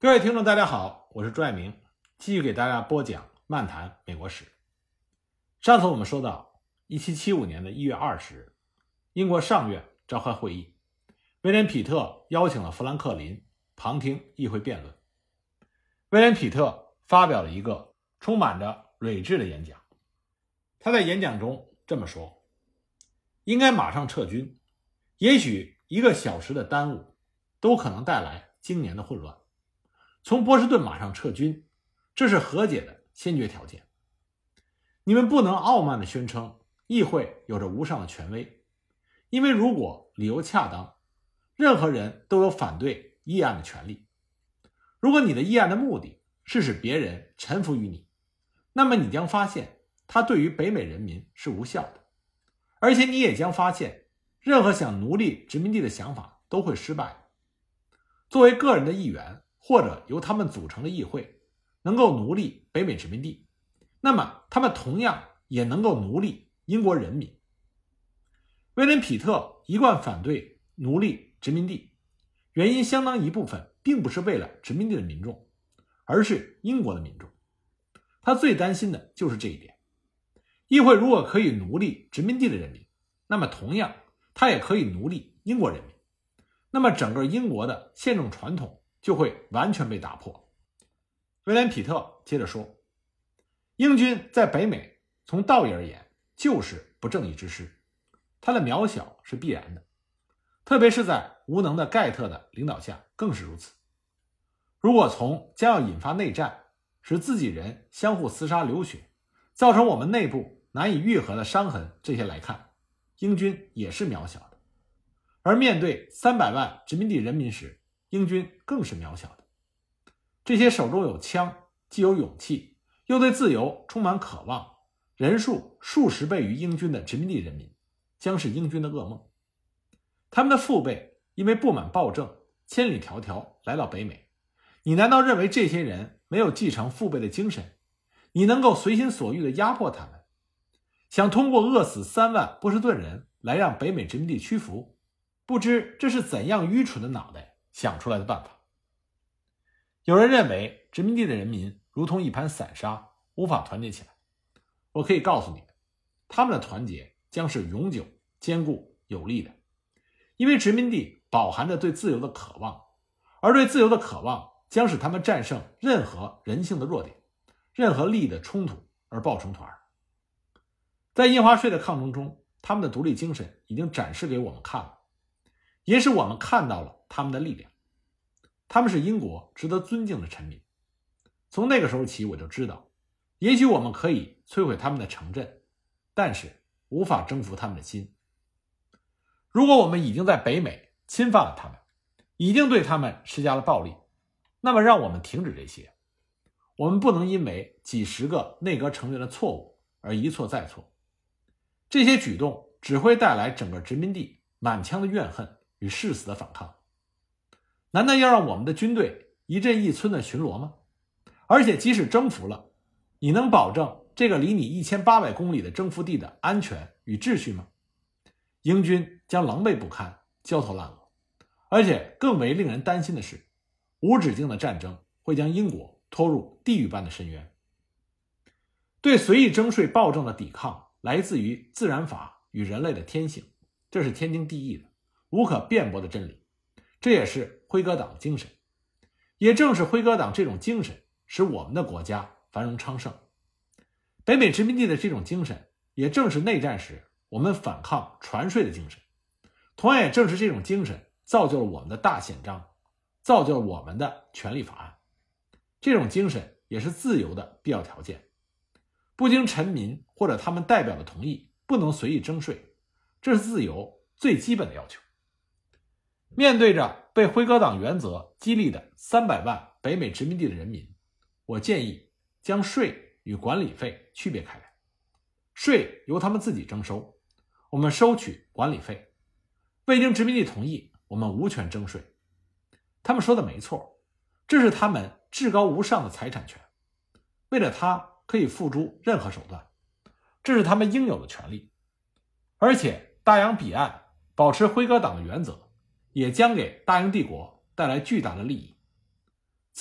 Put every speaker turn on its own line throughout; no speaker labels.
各位听众大家好，我是朱爱明，继续给大家播讲漫谈美国史。上次我们说到1775年的1月20日，英国上院召开会议，威廉·彼特邀请了富兰克林旁听议会辩论。威廉·彼特发表了一个充满着睿智的演讲。他在演讲中这么说：应该马上撤军，也许1个小时的耽误都可能带来今年的混乱。从波士顿马上撤军，这是和解的先决条件。你们不能傲慢地宣称议会有着无上的权威，因为如果理由恰当，任何人都有反对议案的权利。如果你的议案的目的是使别人臣服于你，那么你将发现它对于北美人民是无效的，而且你也将发现任何想奴隶殖民地的想法都会失败。作为个人的议员或者由他们组成的议会能够奴隶北美殖民地，那么他们同样也能够奴隶英国人民。威廉·彼特一贯反对奴隶殖民地，原因相当一部分并不是为了殖民地的民众，而是英国的民众。他最担心的就是这一点。议会如果可以奴隶殖民地的人民，那么同样他也可以奴隶英国人民，那么整个英国的宪政传统就会完全被打破。威廉·彼特接着说，英军在北美从道义而言就是不正义之师，它的渺小是必然的，特别是在无能的盖特的领导下更是如此。如果从将要引发内战，使自己人相互厮杀流血，造成我们内部难以愈合的伤痕这些来看，英军也是渺小的。而面对300万殖民地人民时，英军更是渺小的。这些手中有枪，既有勇气，又对自由充满渴望，人数数十倍于英军的殖民地人民，将是英军的噩梦。他们的父辈因为不满暴政，千里迢迢来到北美，你难道认为这些人没有继承父辈的精神？你能够随心所欲地压迫他们，想通过饿死3万波士顿人来让北美殖民地屈服？不知这是怎样愚蠢的脑袋想出来的办法。有人认为殖民地的人民如同一盘散沙，无法团结起来。我可以告诉你们，他们的团结将是永久、坚固、有力的，因为殖民地饱含着对自由的渴望，而对自由的渴望将使他们战胜任何人性的弱点，任何利益的冲突而抱成团。在印花税的抗争中，他们的独立精神已经展示给我们看了，也使我们看到了他们的力量。他们是英国值得尊敬的臣民。从那个时候起，我就知道，也许我们可以摧毁他们的城镇，但是无法征服他们的心。如果我们已经在北美侵犯了他们，已经对他们施加了暴力，那么让我们停止这些。我们不能因为几十个内阁成员的错误而一错再错。这些举动只会带来整个殖民地满腔的怨恨与誓死的反抗。难道要让我们的军队一镇一村的巡逻吗？而且即使征服了，你能保证这个离你1800公里的征服地的安全与秩序吗？英军将狼狈不堪，焦头烂额。而且更为令人担心的是，无止境的战争会将英国拖入地狱般的深渊。对随意征税暴政的抵抗来自于自然法与人类的天性，这是天经地义的，无可辩驳的真理。这也是辉格党的精神，也正是辉格党这种精神使我们的国家繁荣昌盛。北美殖民地的这种精神也正是内战时我们反抗传税的精神，同样也正是这种精神造就了我们的大宪章，造就了我们的权利法案。这种精神也是自由的必要条件。不经臣民或者他们代表的同意，不能随意征税，这是自由最基本的要求。面对着被辉格党原则激励的300万北美殖民地的人民，我建议将税与管理费区别开来。税由他们自己征收，我们收取管理费。未经殖民地同意，我们无权征税。他们说的没错，这是他们至高无上的财产权，为了它可以付诸任何手段，这是他们应有的权利。而且大洋彼岸保持辉格党的原则，也将给大英帝国带来巨大的利益。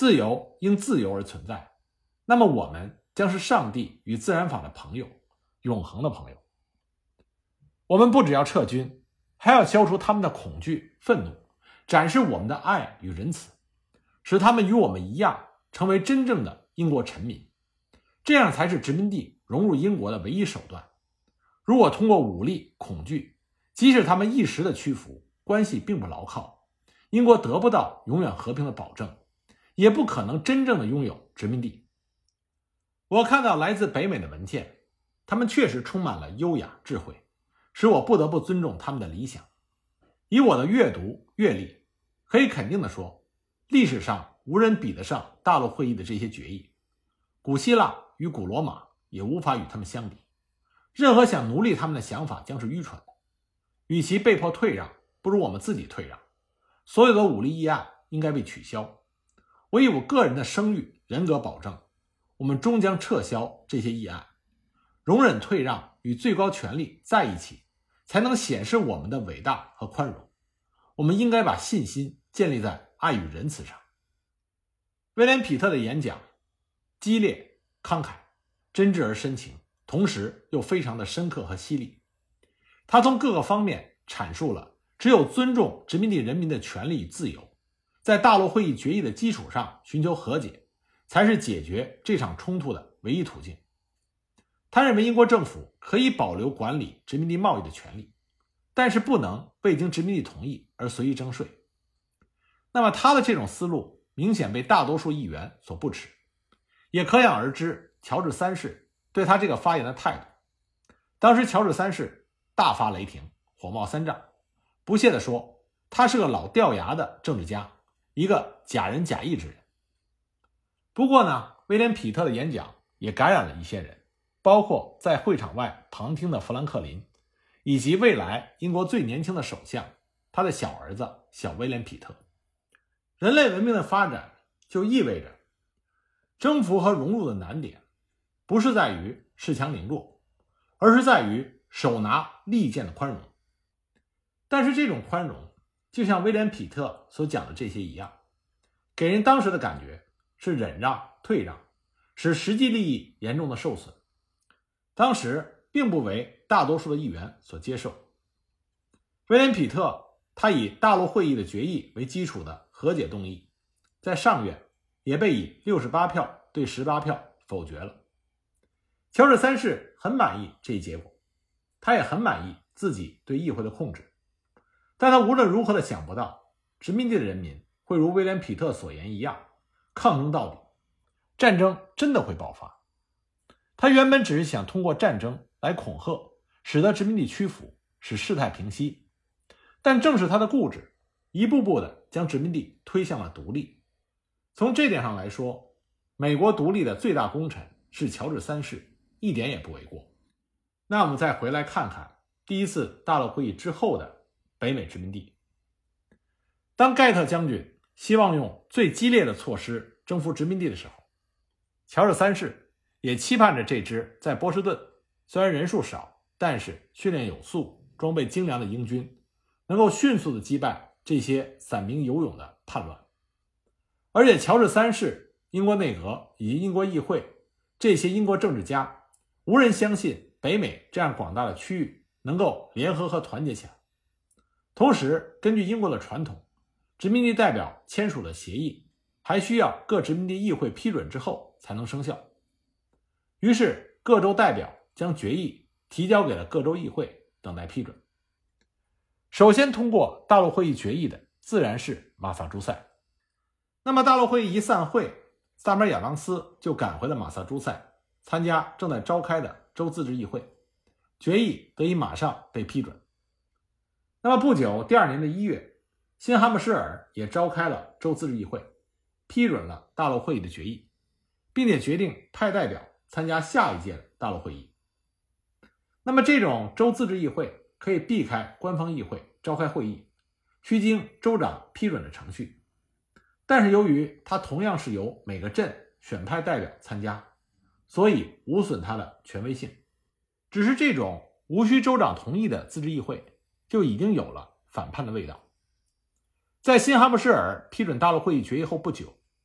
自由因自由而存在，那么我们将是上帝与自然法的朋友，永恒的朋友。我们不只要撤军，还要消除他们的恐惧、愤怒，展示我们的爱与仁慈，使他们与我们一样成为真正的英国臣民。这样才是殖民地融入英国的唯一手段。如果通过武力、恐惧，即使他们一时的屈服，关系并不牢靠，英国得不到永远和平的保证，也不可能真正的拥有殖民地。我看到来自北美的文件，他们确实充满了优雅智慧，使我不得不尊重他们的理想。以我的阅读阅历，可以肯定地说，历史上无人比得上大陆会议的这些决议，古希腊与古罗马也无法与他们相比。任何想奴隶他们的想法将是愚蠢的。与其被迫退让，不如我们自己退让。所有的武力议案应该被取消。我以我个人的声誉、人格保证，我们终将撤销这些议案。容忍退让与最高权力在一起，才能显示我们的伟大和宽容。我们应该把信心建立在爱与仁慈上。威廉·彼特的演讲激烈、慷慨、真挚而深情，同时又非常的深刻和犀利。他从各个方面阐述了只有尊重殖民地人民的权利与自由，在大陆会议决议的基础上寻求和解，才是解决这场冲突的唯一途径。他认为英国政府可以保留管理殖民地贸易的权利，但是不能未经殖民地同意而随意征税。那么他的这种思路明显被大多数议员所不齿，也可想而知乔治三世对他这个发言的态度。当时乔治三世大发雷霆，火冒三丈，不屑地说他是个老掉牙的政治家，一个假仁假义之人。不过呢，威廉·彼特的演讲也感染了一些人，包括在会场外旁听的富兰克林，以及未来英国最年轻的首相，他的小儿子小威廉·彼特。人类文明的发展就意味着征服和融入的难点不是在于恃强凌弱，而是在于手拿利剑的宽容。但是这种宽容就像威廉·彼特所讲的这些一样，给人当时的感觉是忍让、退让，使实际利益严重的受损。当时并不为大多数的议员所接受。威廉·彼特他以大陆会议的决议为基础的和解动议，在上院也被以68票对18票否决了。乔治三世很满意这一结果，他也很满意自己对议会的控制，但他无论如何的想不到殖民地的人民会如威廉·彼特所言一样抗争到底，战争真的会爆发。他原本只是想通过战争来恐吓，使得殖民地屈服，使事态平息，但正是他的固执，一步步的将殖民地推向了独立。从这点上来说，美国独立的最大功臣是乔治三世，一点也不为过。那我们再回来看看第一次大陆会议之后的北美殖民地。当盖特将军希望用最激烈的措施征服殖民地的时候，乔治三世也期盼着这支在波士顿虽然人数少，但是训练有素、装备精良的英军能够迅速的击败这些散兵游勇的叛乱。而且乔治三世、英国内阁以及英国议会这些英国政治家无人相信北美这样广大的区域能够联合和团结起来。同时，根据英国的传统，殖民地代表签署的协议还需要各殖民地议会批准之后才能生效。于是各州代表将决议提交给了各州议会，等待批准。首先通过大陆会议决议的自然是马萨诸塞。那么大陆会议一散会，萨马尔·亚当斯就赶回了马萨诸塞，参加正在召开的州自治议会，决议得以马上被批准。那么不久，第二年的1月，新罕布什尔也召开了州自治议会，批准了大陆会议的决议，并且决定派代表参加下一届的大陆会议。那么这种州自治议会可以避开官方议会召开会议，需经州长批准的程序。但是由于它同样是由每个镇选派代表参加，所以无损它的权威性。只是这种无需州长同意的自治议会就已经有了反叛的味道。在新罕布什尔批准大陆会议决议后不久，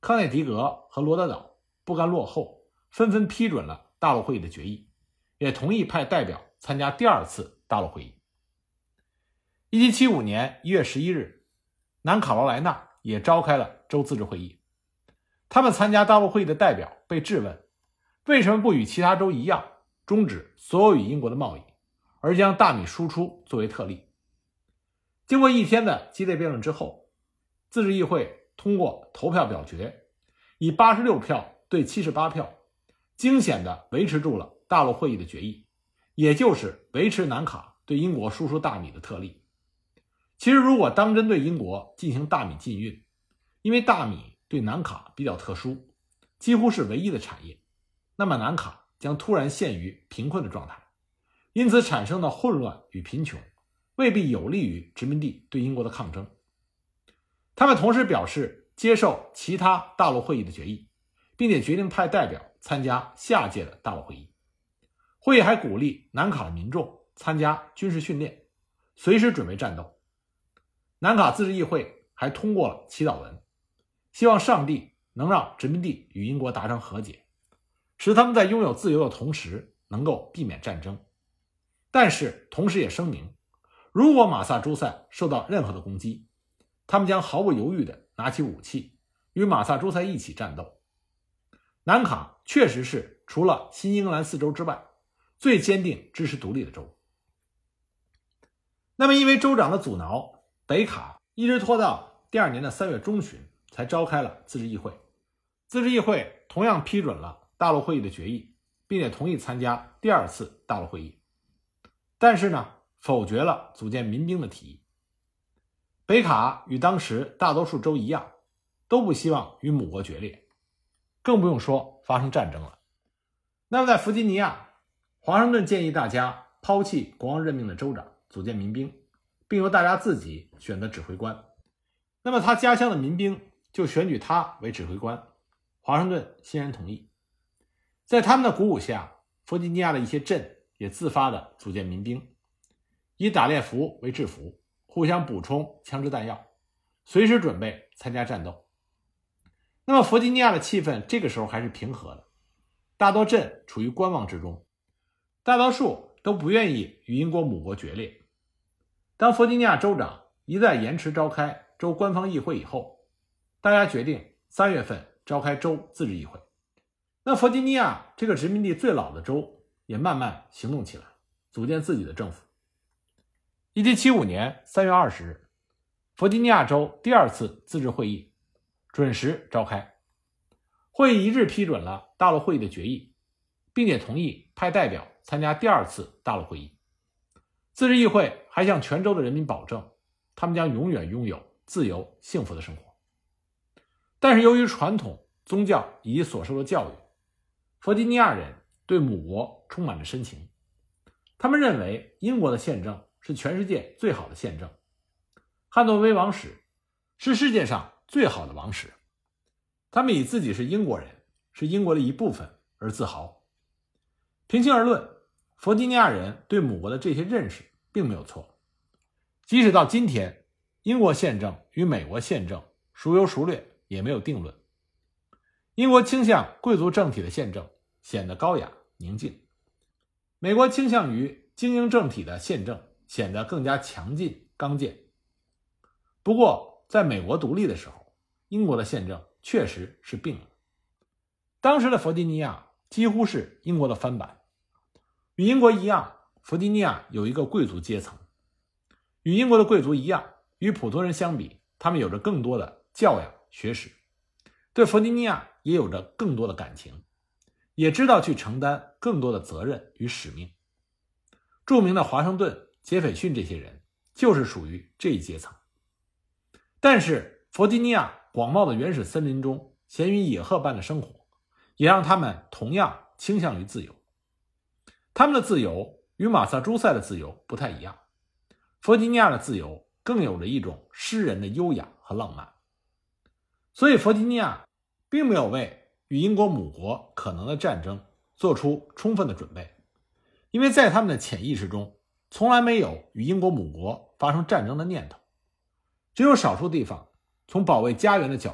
康涅狄格和罗德岛不甘落后，纷纷批准了大陆会议的决议，也同意派代表参加第2次大陆会议。1775年1月11日，南卡罗来纳也召开了州自治会议。他们参加大陆会议的代表被质问，为什么不与其他州一样终止所有与英国的贸易，而将大米输出作为特例。经过1天的激烈辩论之后，自治议会通过投票表决，以86票对78票，惊险地维持住了大陆会议的决议，也就是维持南卡对英国输出大米的特例。其实如果当真对英国进行大米禁运，因为大米对南卡比较特殊，几乎是唯一的产业，那么南卡将突然陷于贫困的状态，因此产生的混乱与贫穷未必有利于殖民地对英国的抗争。他们同时表示接受其他大陆会议的决议，并且决定派代表参加下届的大陆会议。会议还鼓励南卡的民众参加军事训练，随时准备战斗。南卡自治议会还通过了祈祷文，希望上帝能让殖民地与英国达成和解，使他们在拥有自由的同时能够避免战争。但是同时也声明，如果马萨诸塞受到任何的攻击，他们将毫不犹豫地拿起武器与马萨诸塞一起战斗。南卡确实是除了新英格兰4州之外最坚定支持独立的州。那么因为州长的阻挠，北卡一直拖到第2年的3月中旬才召开了自治议会。自治议会同样批准了大陆会议的决议，并且同意参加第2次大陆会议，但是呢，否决了组建民兵的提议。北卡与当时大多数州一样，都不希望与母国决裂，更不用说发生战争了。那么在弗吉尼亚，华盛顿建议大家抛弃国王任命的州长，组建民兵，并由大家自己选择指挥官。那么他家乡的民兵就选举他为指挥官，华盛顿欣然同意。在他们的鼓舞下，弗吉尼亚的一些镇也自发地组建民兵，以打猎服为制服，互相补充枪支弹药，随时准备参加战斗。那么弗吉尼亚的气氛这个时候还是平和的，大多镇处于观望之中，大多数都不愿意与英国母国决裂。当弗吉尼亚州长一再延迟召开州官方议会以后，大家决定3月份召开州自治议会。那弗吉尼亚这个殖民地最老的州也慢慢行动起来，组建自己的政府。1775年3月20日，弗吉尼亚州第2次自治会议准时召开。会议一致批准了大陆会议的决议，并且同意派代表参加第2次大陆会议。自治议会还向全州的人民保证，他们将永远拥有自由幸福的生活。但是由于传统、宗教以及所受的教育，弗吉尼亚人对母国充满着深情。他们认为英国的宪政是全世界最好的宪政，汉诺威王室是世界上最好的王室。他们以自己是英国人，是英国的一部分而自豪。平心而论，弗吉尼亚人对母国的这些认识并没有错。即使到今天，英国宪政与美国宪政孰优孰劣也没有定论。英国倾向贵族政体的宪政显得高雅宁静，美国倾向于精英政体的宪政显得更加强劲刚健。不过在美国独立的时候，英国的宪政确实是病了。当时的弗吉尼亚几乎是英国的翻版。与英国一样，弗吉尼亚有一个贵族阶层。与英国的贵族一样，与普通人相比，他们有着更多的教养学识，对弗吉尼亚也有着更多的感情，也知道去承担更多的责任与使命。著名的华盛顿、杰斐逊这些人就是属于这一阶层。但是弗吉尼亚广袤的原始森林中闲云野鹤般的生活，也让他们同样倾向于自由。他们的自由与马萨诸塞的自由不太一样，弗吉尼亚的自由更有着一种诗人的优雅和浪漫。所以弗吉尼亚并没有为与英国母国可能的战争做出充分的准备，因为在他们的潜意识中从来没有与英国母国发生战争的念头。只有少数地方从保卫家园的角度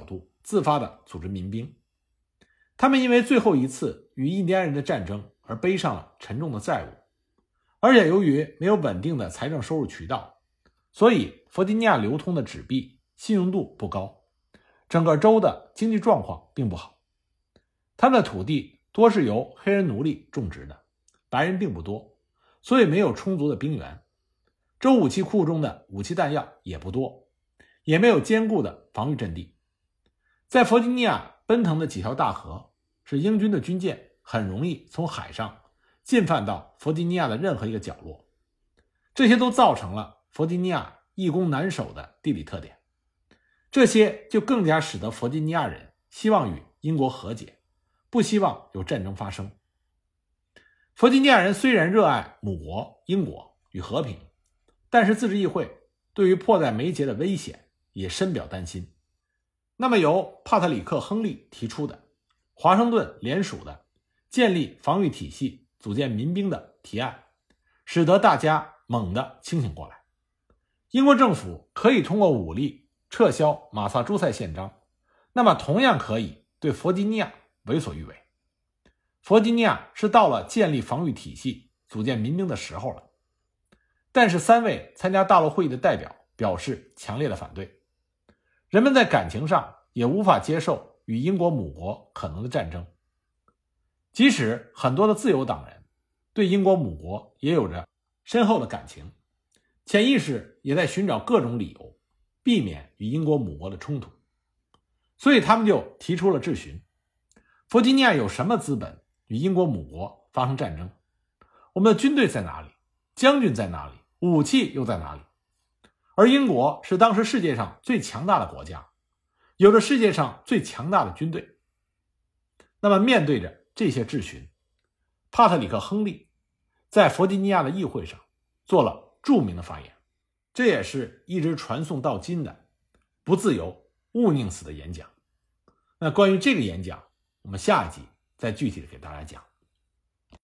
自发地组织民兵。他们因为最后一次与印第安人的战争而背上了沉重的债务，而且由于没有稳定的财政收入渠道，所以弗吉尼亚流通的纸币信用度不高，整个州的经济状况并不好。他们的土地多是由黑人奴隶种植的，白人并不多，所以没有充足的兵源。州武器库中的武器弹药也不多，也没有坚固的防御阵地。在弗吉尼亚奔腾的几条大河，使英军的军舰很容易从海上进犯到弗吉尼亚的任何一个角落，这些都造成了弗吉尼亚易攻难守的地理特点。这些就更加使得弗吉尼亚人希望与英国和解，不希望有战争发生。弗吉尼亚人虽然热爱母国英国与和平，但是自治议会对于迫在眉睫的危险也深表担心。那么由帕特里克·亨利提出的华盛顿联署的建立防御体系、组建民兵的提案，使得大家猛地清醒过来。英国政府可以通过武力撤销马萨诸塞宪章，那么同样可以对弗吉尼亚为所欲为。弗吉尼亚是到了建立防御体系、组建民兵的时候了。但是3位参加大陆会议的代表表示强烈的反对。人们在感情上也无法接受与英国母国可能的战争。即使很多的自由党人对英国母国也有着深厚的感情，潜意识也在寻找各种理由避免与英国母国的冲突，所以他们就提出了质询：弗吉尼亚有什么资本与英国母国发生战争？我们的军队在哪里？将军在哪里？武器又在哪里？而英国是当时世界上最强大的国家，有着世界上最强大的军队。那么面对着这些质询，帕特里克·亨利在弗吉尼亚的议会上做了著名的发言，这也是一直传颂到今的不自由勿宁死的演讲。那关于这个演讲，我们下一集再具体的给大家讲。